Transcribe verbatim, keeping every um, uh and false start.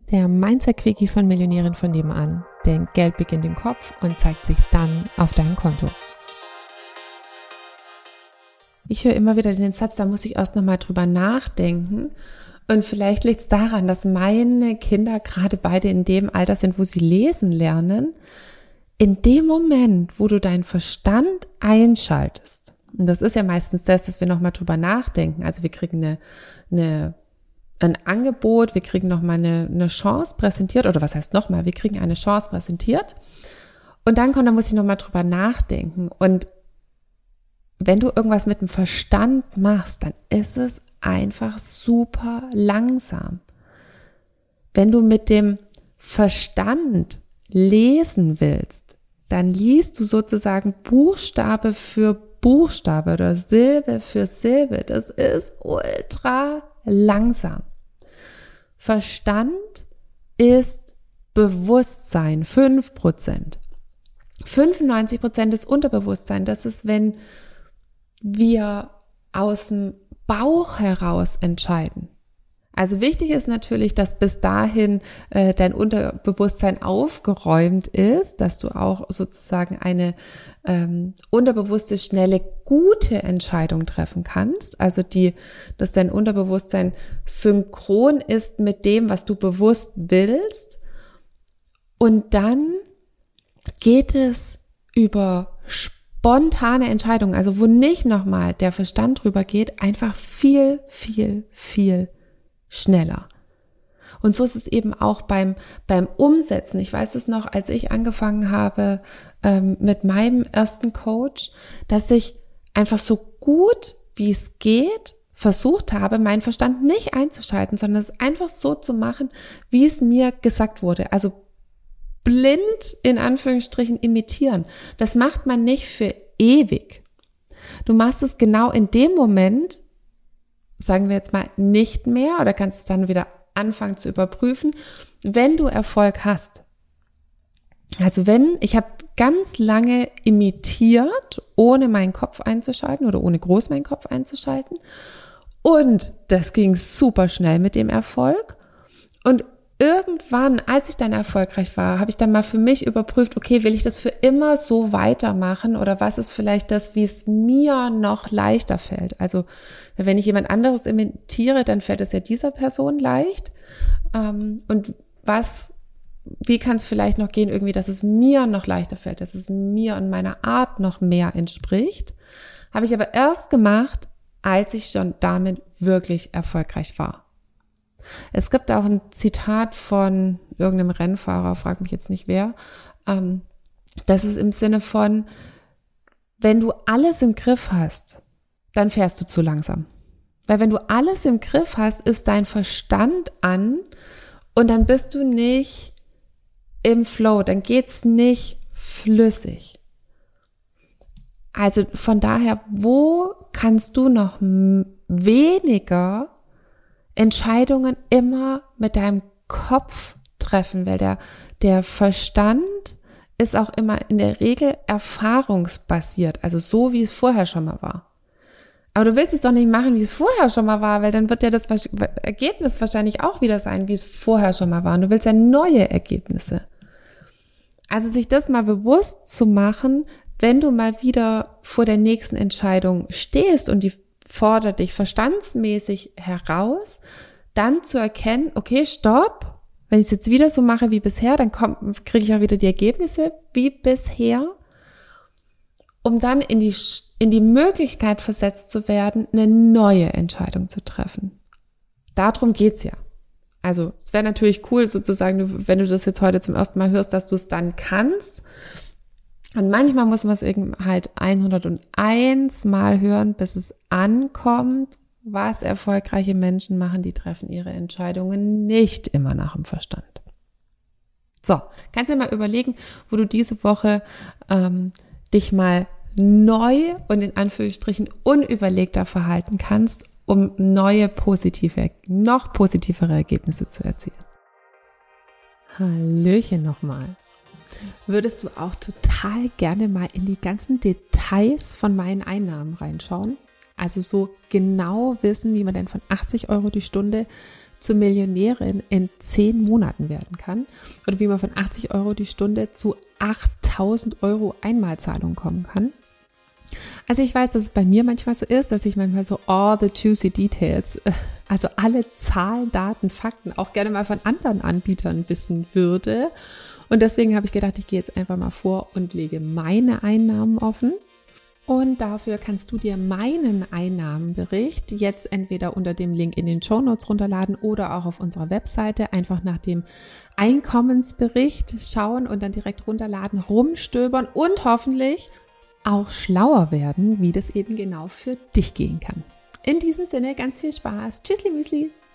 der Mindset-Quickie von Millionären von nebenan. Denn Geld beginnt im Kopf und zeigt sich dann auf deinem Konto. Ich höre immer wieder den Satz, da muss ich erst nochmal drüber nachdenken. Und vielleicht liegt es daran, dass meine Kinder gerade beide in dem Alter sind, wo sie lesen lernen. In dem Moment, wo du deinen Verstand einschaltest, und das ist ja meistens das, dass wir nochmal drüber nachdenken. Also wir kriegen eine, eine, ein Angebot, wir kriegen nochmal eine, eine Chance präsentiert, oder was heißt nochmal, wir kriegen eine Chance präsentiert. Und dann kommt, da muss ich nochmal drüber nachdenken. Und wenn du irgendwas mit dem Verstand machst, dann ist es einfach super langsam. Wenn du mit dem Verstand lesen willst, dann liest du sozusagen Buchstabe für Buchstabe oder Silbe für Silbe. Das ist ultra langsam. Verstand ist Bewusstsein, fünf Prozent. fünfundneunzig Prozent ist Unterbewusstsein. Das ist, wenn wir aus dem Bauch heraus entscheiden. Also wichtig ist natürlich, dass bis dahin äh, dein Unterbewusstsein aufgeräumt ist, dass du auch sozusagen eine ähm, unterbewusste, schnelle, gute Entscheidung treffen kannst. Also die, dass dein Unterbewusstsein synchron ist mit dem, was du bewusst willst. Und dann geht es über spontane Entscheidungen, also wo nicht nochmal der Verstand drüber geht, einfach viel, viel, viel schneller. Und so ist es eben auch beim beim Umsetzen. Ich weiß es noch, als ich angefangen habe ähm, mit meinem ersten Coach, dass ich einfach so gut wie es geht versucht habe, meinen Verstand nicht einzuschalten, sondern es einfach so zu machen, wie es mir gesagt wurde. Also blind in Anführungsstrichen imitieren. Das macht man nicht für ewig. Du machst es genau in dem Moment, sagen wir jetzt mal, nicht mehr oder kannst es dann wieder anfangen zu überprüfen, wenn du Erfolg hast. Also wenn, ich habe ganz lange imitiert, ohne meinen Kopf einzuschalten oder ohne groß meinen Kopf einzuschalten, und das ging super schnell mit dem Erfolg. Und irgendwann, als ich dann erfolgreich war, habe ich dann mal für mich überprüft, okay, will ich das für immer so weitermachen oder was ist vielleicht das, wie es mir noch leichter fällt? Also wenn ich jemand anderes imitiere, dann fällt es ja dieser Person leicht. Und was, wie kann es vielleicht noch gehen, irgendwie, dass es mir noch leichter fällt, dass es mir und meiner Art noch mehr entspricht? Habe ich aber erst gemacht, als ich schon damit wirklich erfolgreich war. Es gibt auch ein Zitat von irgendeinem Rennfahrer, frag mich jetzt nicht wer, ähm, das ist im Sinne von, wenn du alles im Griff hast, dann fährst du zu langsam. Weil wenn du alles im Griff hast, ist dein Verstand an und dann bist du nicht im Flow, dann geht's nicht flüssig. Also von daher, wo kannst du noch weniger Entscheidungen immer mit deinem Kopf treffen, weil der, der Verstand ist auch immer in der Regel erfahrungsbasiert, also so, wie es vorher schon mal war. Aber du willst es doch nicht machen, wie es vorher schon mal war, weil dann wird ja das Ergebnis wahrscheinlich auch wieder sein, wie es vorher schon mal war. Und du willst ja neue Ergebnisse. Also sich das mal bewusst zu machen, wenn du mal wieder vor der nächsten Entscheidung stehst und die fordert dich verstandsmäßig heraus, dann zu erkennen, okay, stopp, wenn ich es jetzt wieder so mache wie bisher, dann kriege ich auch wieder die Ergebnisse wie bisher, um dann in die, in die Möglichkeit versetzt zu werden, eine neue Entscheidung zu treffen. Darum geht's ja. Also es wäre natürlich cool sozusagen, wenn du das jetzt heute zum ersten Mal hörst, dass du es dann kannst. Und manchmal muss man es eben halt hunderteins Mal hören, bis es ankommt, was erfolgreiche Menschen machen. Die treffen ihre Entscheidungen nicht immer nach dem Verstand. So, kannst du dir mal überlegen, wo du diese Woche ähm, dich mal neu und in Anführungsstrichen unüberlegter verhalten kannst, um neue positive, noch positivere Ergebnisse zu erzielen. Hallöchen nochmal. Würdest du auch total gerne mal in die ganzen Details von meinen Einnahmen reinschauen? Also so genau wissen, wie man denn von achtzig Euro die Stunde zur Millionärin in zehn Monaten werden kann oder wie man von achtzig Euro die Stunde zu achttausend Euro Einmalzahlung kommen kann. Also ich weiß, dass es bei mir manchmal so ist, dass ich manchmal so all the juicy details, also alle Zahlen, Daten, Fakten auch gerne mal von anderen Anbietern wissen würde. Und deswegen habe ich gedacht, ich gehe jetzt einfach mal vor und lege meine Einnahmen offen. Und dafür kannst du dir meinen Einnahmenbericht jetzt entweder unter dem Link in den Shownotes runterladen oder auch auf unserer Webseite einfach nach dem Einkommensbericht schauen und dann direkt runterladen, rumstöbern und hoffentlich auch schlauer werden, wie das eben genau für dich gehen kann. In diesem Sinne ganz viel Spaß. Tschüssli Müsli.